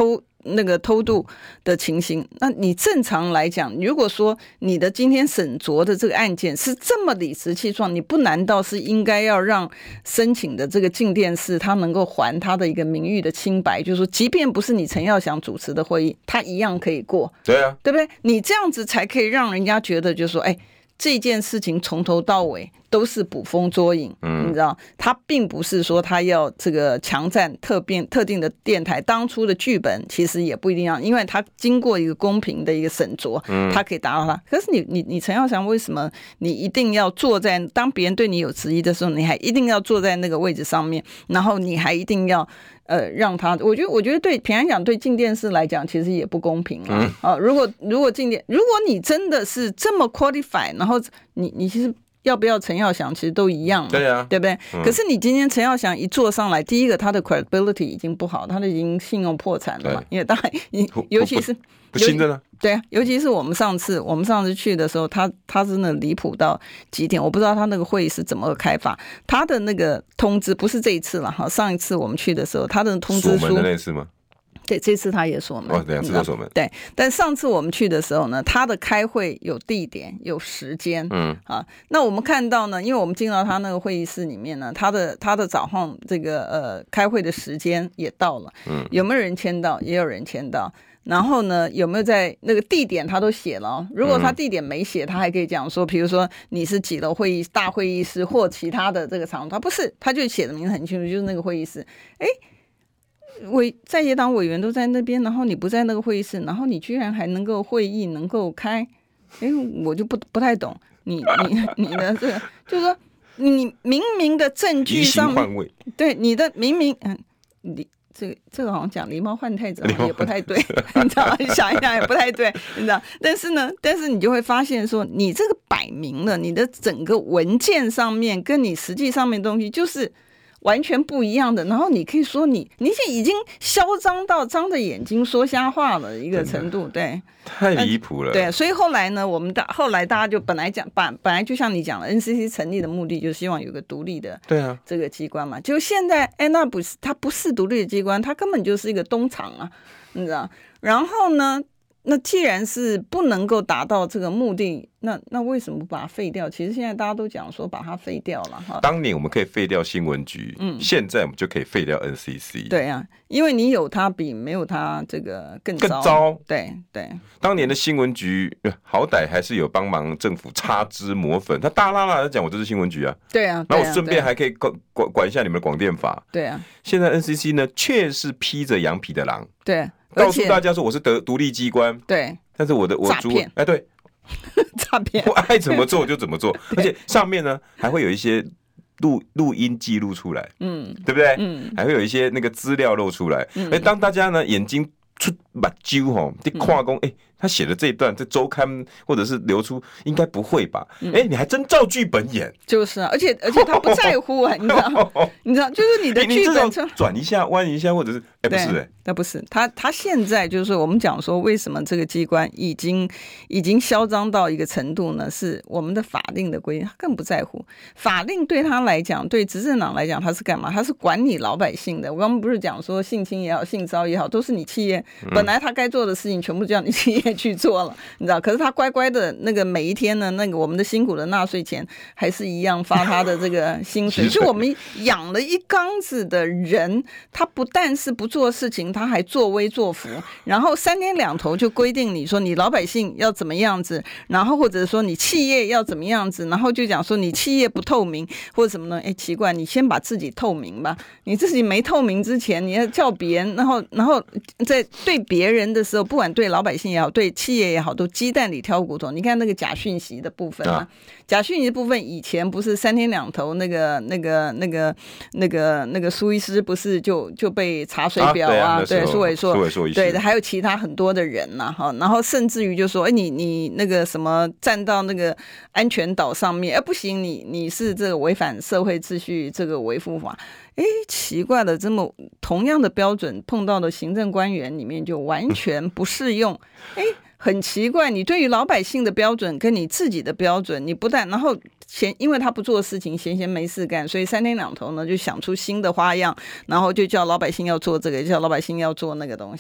那个偷渡的情形，那你正常来讲，如果说你的今天审酌的这个案件是这么理直气壮，你不难道是应该要让申请的这个静电视他能够还他的一个名誉的清白，就是说即便不是你陈耀祥主持的会议，他一样可以过， 对啊， 对不对？你这样子才可以让人家觉得就是说，哎，这件事情从头到尾都是捕风捉影，嗯，你知道，他并不是说他要这个强占特定特定的电台，当初的剧本其实也不一定要，因为他经过一个公平的一个审酌，嗯，他可以达到他。可是你你你陈耀祥为什么你一定要坐在当别人对你有质疑的时候，你还一定要坐在那个位置上面，然后你还一定要呃让他？我觉得我觉得对平安讲对静电视来讲其实也不公平啊。嗯、啊，如果如果静电，如果你真的是这么 qualified， 然后你你其实。要不要陈耀祥其实都一样， 对啊， 对不对？ 嗯、 可是你今天陈耀祥一坐上来，第一个他的 credibility 已经不好，他的已经信用破产了嘛，因为当然，尤其是不信的呢， 对啊，尤其是我们上次我们上次去的时候，他他真的离谱到极点，我不知道他那个会议是怎么开发，他的那个通知不是这一次了哈，上一次我们去的时候，他的通知书锁门的那次吗？ 对，这次他也锁门， 哦，两次都锁门。 对，但上次我们去的时候呢，他的开会有地点、有时间，嗯啊，那我们看到呢，因为我们进到他那个会议室里面呢，他的他的早上这个呃开会的时间也到了，嗯，有没有人签到？也有人签到。然后呢，有没有在那个地点他都写了、哦？如果他地点没写，他还可以讲说，比如说你是几楼会议大会议室或其他的这个场所，他不是，他就写的名字很清楚，就是那个会议室。哎。委在野党委员都在那边，然后你不在那个会议室，然后你居然还能够会议能够开，哎，我就不不太懂你你你的这个，就是说你明明的证据上面，对你的明明嗯，你这个这个好像讲狸猫换太子也不太对，你知道，想一想也不太对，你知道，但是呢，但是你就会发现说，你这个摆明了，你的整个文件上面跟你实际上面的东西就是。完全不一样的，然后你可以说你，你已经嚣张到张着眼睛说瞎话了一个程度，对， 太离谱了。 对，所以后来呢，我们大后来大家就本来讲，本本来就像你讲了 ，N C C 成立的目的就是希望有个独立的， 对啊， 这个机关嘛。就现在，哎，那不是，它不是独立的机关，它根本就是一个东厂啊，你知道？然后呢？那既然是不能够达到这个目的，那那为什么不把它废掉？其实现在大家都讲说把它废掉了哈。 当年我们可以废掉新闻局，嗯，现在我们就可以废掉 N C C。 对啊，因为你有它比没有它这个更糟。 更糟。 对对。 当年的新闻局好歹还是有帮忙政府擦脂抹粉，他大啦啦的讲我这是新闻局啊。 对啊。 那我顺便还可以管管管一下你们的广电法。 对啊。 现在 N C C 呢，却是披着羊皮的狼。 对。 告诉大家说我是得独立机关， 对， 但是我的我主哎对， 诈骗， 我爱怎么做就怎么做，而且上面呢还会有一些录录音记录出来，嗯，对不对？嗯，还会有一些那个资料露出来，哎、嗯，当大家呢眼睛出把揪吼，这跨工哎。他写的这一段，这周刊或者是流出，应该不会吧？哎、嗯欸，你还真照剧本演， 就是啊，而且而且他不在乎啊，你知道？你知道，就是你的剧本转一下、弯一下，或者是哎、欸，不是哎、欸， 那不是他，他现在就是我们讲说，为什么这个机关已经已经嚣张到一个程度呢？是我们的法令的规定，他更不在乎。法令对他来讲，对执政党来讲，他是干嘛？他是管你老百姓的。我刚刚不是讲说性侵也好，性骚也好，都是你企业本来他该做的事情，全部叫你企业。去做了，你知道？可是他乖乖的那个每一天呢，那个我们的辛苦的纳税钱还是一样发他的这个薪水。就我们养了一缸子的人，他不但是不做事情，他还作威作福，然后三天两头就规定你说你老百姓要怎么样子，然后或者说你企业要怎么样子，然后就讲说你企业不透明或者什么呢？哎，奇怪，你先把自己透明吧。你自己没透明之前，你要叫别人，然后然后在对别人的时候，不管对老百姓也好。对企业也好，都鸡蛋里挑骨头。你看那个假讯息的部分啊，啊假讯息的部分，以前不是三天两头那个、那个、那个、那个、那个苏医师不是就就被查水表啊？啊对，苏伟硕，对的，还有其他很多的人呐、啊，哈，然后甚至于就说，哎，你你那个什么站到那个安全岛上面，哎，不行，你你是这个违反社会秩序这个维护法。哎，奇怪了，这么同样的标准碰到的行政官员里面就完全不适用。哎，很奇怪，你对于老百姓的标准跟你自己的标准，你不但然后闲，因为他不做事情，闲闲没事干，所以三天两头呢就想出新的花样，然后就叫老百姓要做这个，叫老百姓要做那个东西。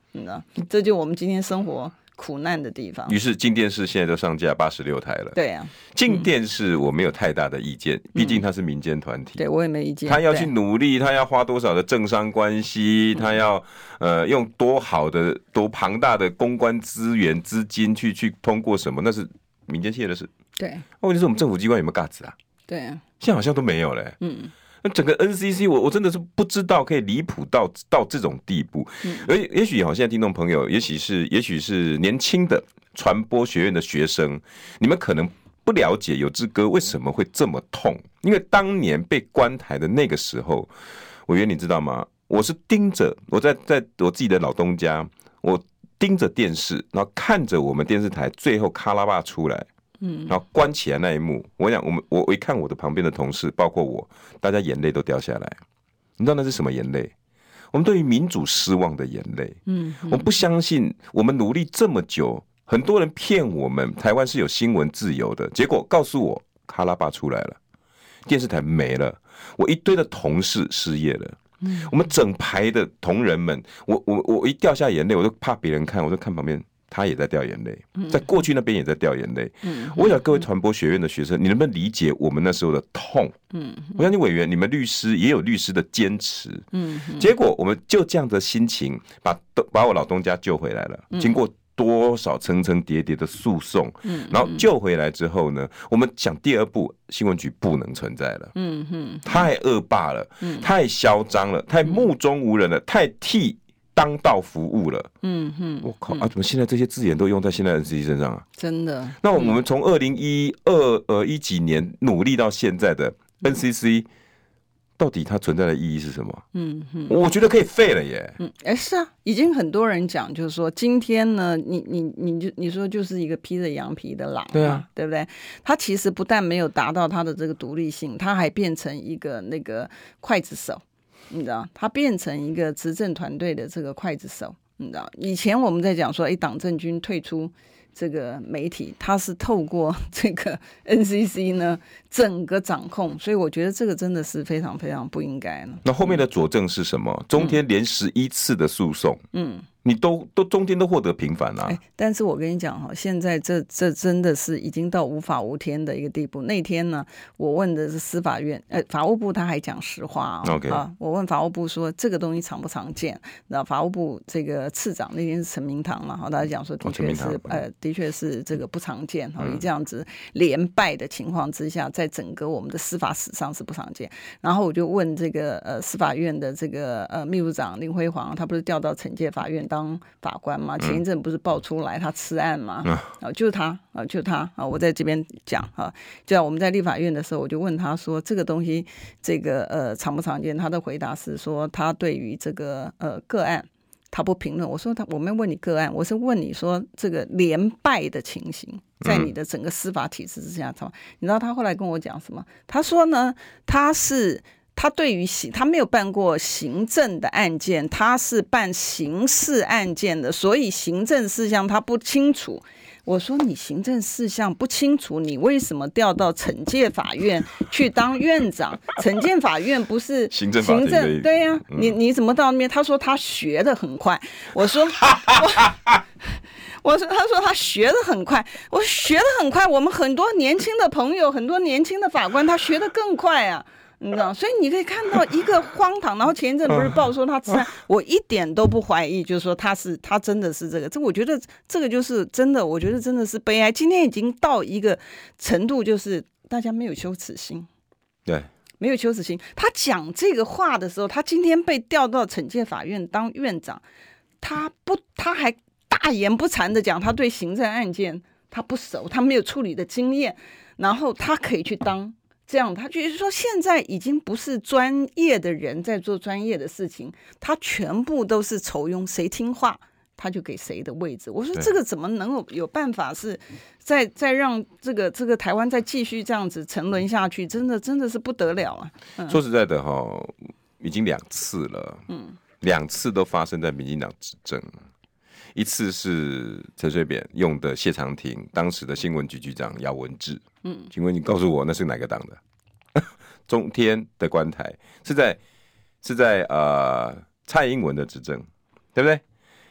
你知道，这就我们今天生活苦难的地方。 于是静电视现在都上架八十六台了。 对啊， 静电视我没有太大的意见，嗯、毕竟它是民间团体。 对我也没意见。 他要去努力，他要花多少的政商关系，他要呃用多好的、多庞大的公关资源、资金去去通过什么，那是民间企业的事。 对， 问题是我们政府机关有没有嘎子啊？ 对啊， 现在好像都没有嘞、欸。嗯。那整个 N C C 我我真的是不知道可以离谱到到这种地步，而也许好，现在听众朋友，也许是也许是年轻的传播学院的学生，你们可能不了解有志哥为什么会这么痛，因为当年被关台的那个时候，委员你知道吗？我是盯着我在在我自己的老东家，我盯着电视，然后看着我们电视台最后卡拉巴出来。嗯，然后关起来那一幕，我想我们我我一看我的旁边的同事，包括我，大家眼泪都掉下来。你知道那是什么眼泪？我们对于民主失望的眼泪。嗯，我不相信我们努力这么久，很多人骗我们台湾是有新闻自由的，结果告诉我卡拉巴出来了，电视台没了，我一堆的同事失业了。嗯，我们整排的同仁们，我我我一掉下眼泪，我都怕别人看，我就看旁边。他也在掉眼泪，在过去那边也在掉眼泪。我想各位传播学院的学生，你能不能理解我们那时候的痛？我相信委员，你们律师也有律师的坚持。结果我们就这样的心情把把我老东家救回来了。经过多少层层叠叠的诉讼，然后救回来之后呢，我们想第二步，新闻局不能存在了。太恶霸了，太嚣张了，太目中无人了，太替当道服务了，嗯哼，我靠啊！怎么现在这些字眼都用在现在 N C C 身上啊？真的。那我们从二零一二呃一几年努力到现在的 N C C， 到底它存在的意义是什么？嗯哼，我觉得可以废了耶。 嗯，哎、欸，是啊，已经很多人讲，就是说今天呢，你你你就你说就是一个披着羊皮的狼嘛， 对啊， 对不对？它其实不但没有达到它的这个独立性，它还变成一个那个刽子手。你知道，他变成一个执政团队的这个刽子手。你知道，以前我们在讲说，哎，党政军退出这个媒体，他是透过这个 N C C 呢整个掌控，所以我觉得这个真的是非常非常不应该了。 那后面的佐证是什么？嗯、中天连十一次的诉讼，嗯。你都都中间都获得平反啦、啊欸， 但是我跟你讲哈，现在这这真的是已经到无法无天的一个地步。那天呢，我问的是司法院，呃，法务部他还讲实话、哦、 OK 啊，我问法务部说这个东西常不常见？然后法务部这个次长那天是陈明堂嘛，哈，他讲说的确是、哦、呃，的确是这个不常见哈，以这样子连败的情况之下，在整个我们的司法史上是不常见。然后我就问这个呃司法院的这个呃秘书长林辉煌，他不是调到惩戒法院当法官嘛？前一阵不是爆出来他吃案嘛？嗯、啊，就是他啊，就是他啊！我在这边讲啊，就在我们在立法院的时候，我就问他说，这个东西这个呃常不常见？他的回答是说，他对于这个呃个案他不评论。我说他我没问你个案，我是问你说这个连败的情形，在你的整个司法体制之下，嗯、你知道他后来跟我讲什么？他说呢，他是。他对于行，他没有办过行政的案件，他是办刑事案件的，所以行政事项他不清楚。我说你行政事项不清楚，你为什么调到惩戒法院去当院长？惩戒法院不是行政法庭的， 对呀、啊嗯，你你怎么到那边？他说他学得很快。我说我。我说，他说他学得很快，我学得很快。我们很多年轻的朋友，很多年轻的法官，他学得更快啊。你知道，所以你可以看到一个荒唐。然后前一阵不是报说他吃案，我一点都不怀疑，就是说他是他真的是这个。这我觉得这个就是真的，我觉得真的是悲哀。今天已经到一个程度，就是大家没有羞耻心， 对， 没有羞耻心。他讲这个话的时候，他今天被调到惩戒法院当院长，他不，他还大言不惭的讲他对行政案件他不熟，他没有处理的经验，然后他可以去当。这样，他就是说，现在已经不是专业的人在做专业的事情，他全部都是酬庸，谁听话他就给谁的位置。我说这个怎么能有有办法是再再让这个这个台湾再继续这样子沉沦下去？真的真的是不得了啊！ 嗯、说实在的哈，已经两次了，嗯，两次都发生在民进党执政。一次是陈水扁用的谢长廷当时的新闻局局长姚文智，嗯，请问你告诉我那是哪个党的？中天的关台是在是在呃蔡英文的执政，对不对？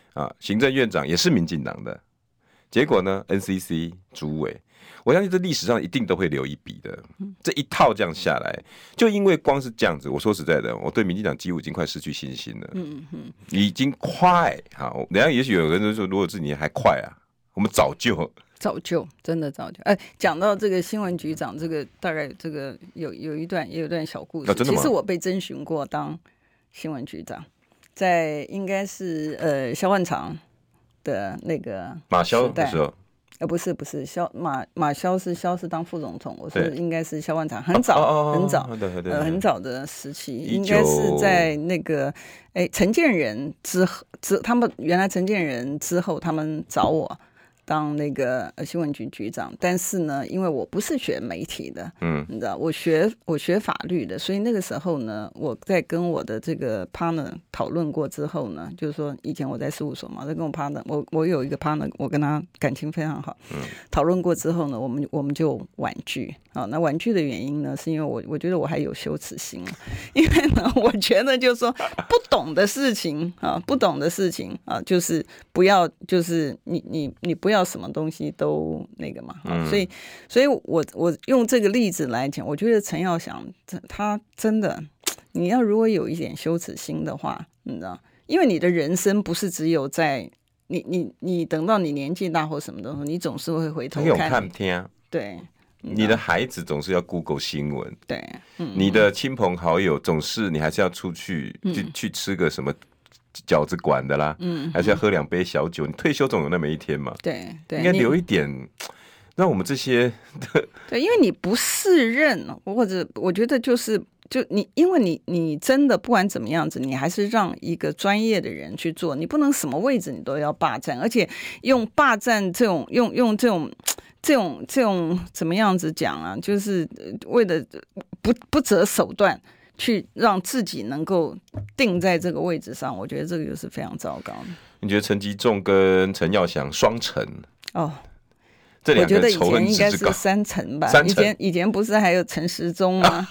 啊，行政院长也是民进党的，结果呢 ，N C C 主委，我相信这历史上一定都会留一笔的。这一套这样下来，就因为光是这样子，我说实在的，我对民进党几乎已经快失去信心了。嗯嗯，已经快好，等一下也许有人就说，如果是你还快啊，我们早就。 早就真的早就哎，讲到这个新闻局长，这个大概这个有有一段也有一段小故事。啊、其实我被征询过当新闻局长，在应该是呃萧万长的那个马萧的时候， 呃不是不是萧马马萧是萧是当副总统，我说应该是萧万长，很早、哦、很早、哦、呃很早的时期，应该是在那个哎陈建仁之后之他们原来陈建仁之后他们找我。当那个新闻局局长，但是呢，因为我不是学媒体的，嗯，你知道，我学我学法律的，所以那个时候呢，我在跟我的这个 partner 讨论过之后呢，就是说以前我在事务所嘛，在跟我 partner， 我我有一个 partner， 我跟他感情非常好，嗯，讨论过之后呢，我们我们就婉拒啊。那婉拒的原因呢，是因为我我觉得我还有羞耻心，因为呢，我觉得就是说不懂的事情啊，不懂的事情啊，就是不要，就是你你你不要。什么东西都那个嘛，嗯、所以，所以我我用这个例子来讲，我觉得陈耀祥他真的，你要如果有一点羞耻心的话，你知道，因为你的人生不是只有在你你你等到你年纪大或什么的时候，你总是会回头看， 看听， 对， 你的孩子总是要 Google 新闻， 对，嗯、 你的亲朋好友总是你还是要出去、嗯、去去吃个什么。饺子馆的啦，嗯，还是要喝两杯小酒。你退休总有那么一天嘛， 对对， 应该留一点，让我们这些对，因为你不适任，或者我觉得就是就你，因为你你真的不管怎么样子，你还是让一个专业的人去做，你不能什么位置你都要霸占，而且用霸占这种用用这种这种这种怎么样子讲啊，就是为了不不择手段。去让自己能够定在这个位置上，我觉得这个就是非常糟糕的。 你觉得陈吉仲跟陈耀祥双陈？ 哦， 这两个仇恨值之高， 我觉得以前应该是三陈吧。 三陈， 以前以前不是还有陈时中吗？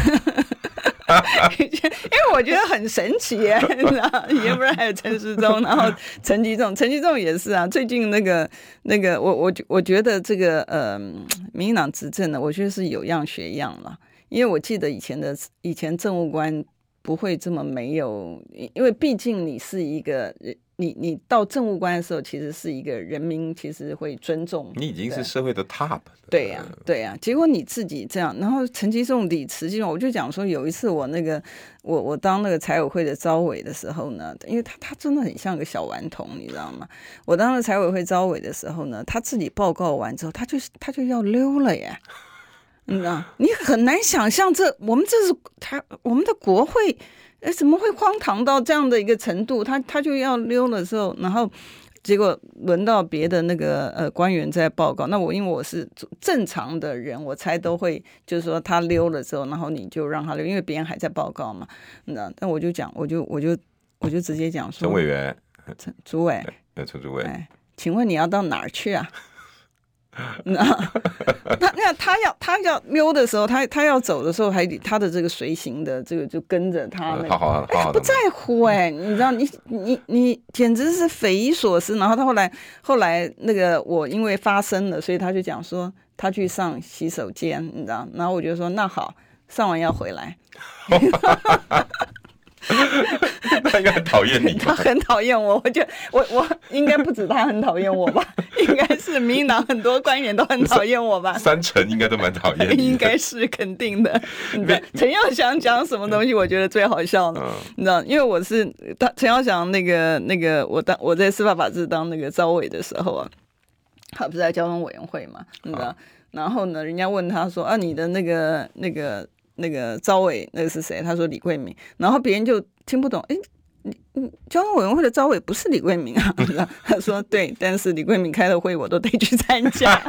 因为我觉得很神奇耶，你知道，以前不是还有陈时中，然后陈吉仲，陈吉仲也是啊。最近那个那个，我我我觉得这个呃，民进党执政的，我觉得是有样学样了。因为我记得以前的以前政务官不会这么没有，因为毕竟你是一个你你到政务官的时候，其实是一个人民其实会尊重， 你已经是社会的 top。 对呀、啊，对呀、啊，结果你自己这样，然后陈吉仲、李慈基，我就讲说，有一次我那个我我当那个财委会的召委的时候呢，因为他他真的很像个小顽童，你知道吗？我当了财委会召委的时候呢，他自己报告完之后，他就他就要溜了耶。你知道，你很难想象这我们这是他我们的国会，哎，怎么会荒唐到这样的一个程度？他他就要溜的时候，然后结果轮到别的那个呃官员在报告。那我因为我是正常的人，我猜都会就是说他溜了之后，然后你就让他溜，因为别人还在报告嘛。你知道，但我就讲，我就我就我就直接讲说， 陈委员， 陈主委， 呃，陈主委， 哎，请问你要到哪儿去啊？那那那他要他要溜的时候，他他要走的时候，还他的这个随行的这个就跟着他、那個， 好好好， 他不在乎哎、欸，你知道，你你你简直是匪夷所思。然后他后来后来那个我因为发生了，所以他就讲说他去上洗手间，你知道，然后我就说那好，上完要回来。 他应该很讨厌你， 他很讨厌我。我觉得我我应该不止他很讨厌我吧，应该是民进党很多官员都很讨厌我吧。 三成应该都蛮讨厌你的， 应该是肯定的。陈耀祥讲什么东西，我觉得最好笑的，嗯、你知道，因为我是他陈耀祥那个那个我当我在司法法制当那个召委的时候啊，他不是在交通委员会嘛，你知道，然后呢，人家问他说啊，你的那个那个。那个召委那个是谁？他说李桂明，然后别人就听不懂。哎，你你交通委员会的召委不是李桂明啊？他说对，但是李桂明开的会我都得去参加。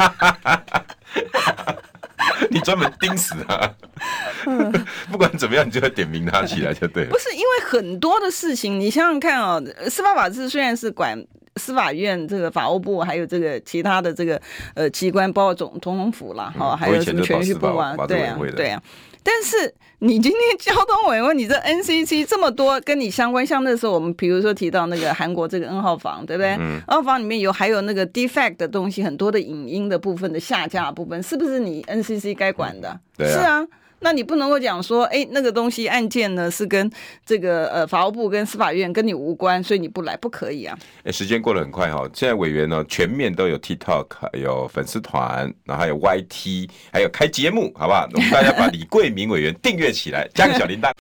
你专门盯死他，不管怎么样，你就要点名他起来就对了。 不是因为很多的事情，你想想看哦，司法法制虽然是管司法院、这个法务部，还有这个其他的这个呃机关，包括总总统府啦，哈、嗯，还有什么全序部啊，对啊，对啊。但是你今天交通委员会，你这 N C C 这么多跟你相关，像那时候我们比如说提到那个韩国这个 N 号房，对不对？嗯、N 号房里面有还有那个 defect 的东西，很多的影音的部分的下架的部分，是不是你 N C C 该管的？ 嗯、对啊， 是啊。那你不能够讲说，哎，那个东西案件呢是跟这个呃法务部跟司法院跟你无关，所以你不来，不可以啊。 哎，时间过得很快哈，现在委员呢全面都有 TikTok， 有粉丝团，然后还有 Y T， 还有开节目，好不好？我们大家把李贵明委员订阅起来，加个小铃铛。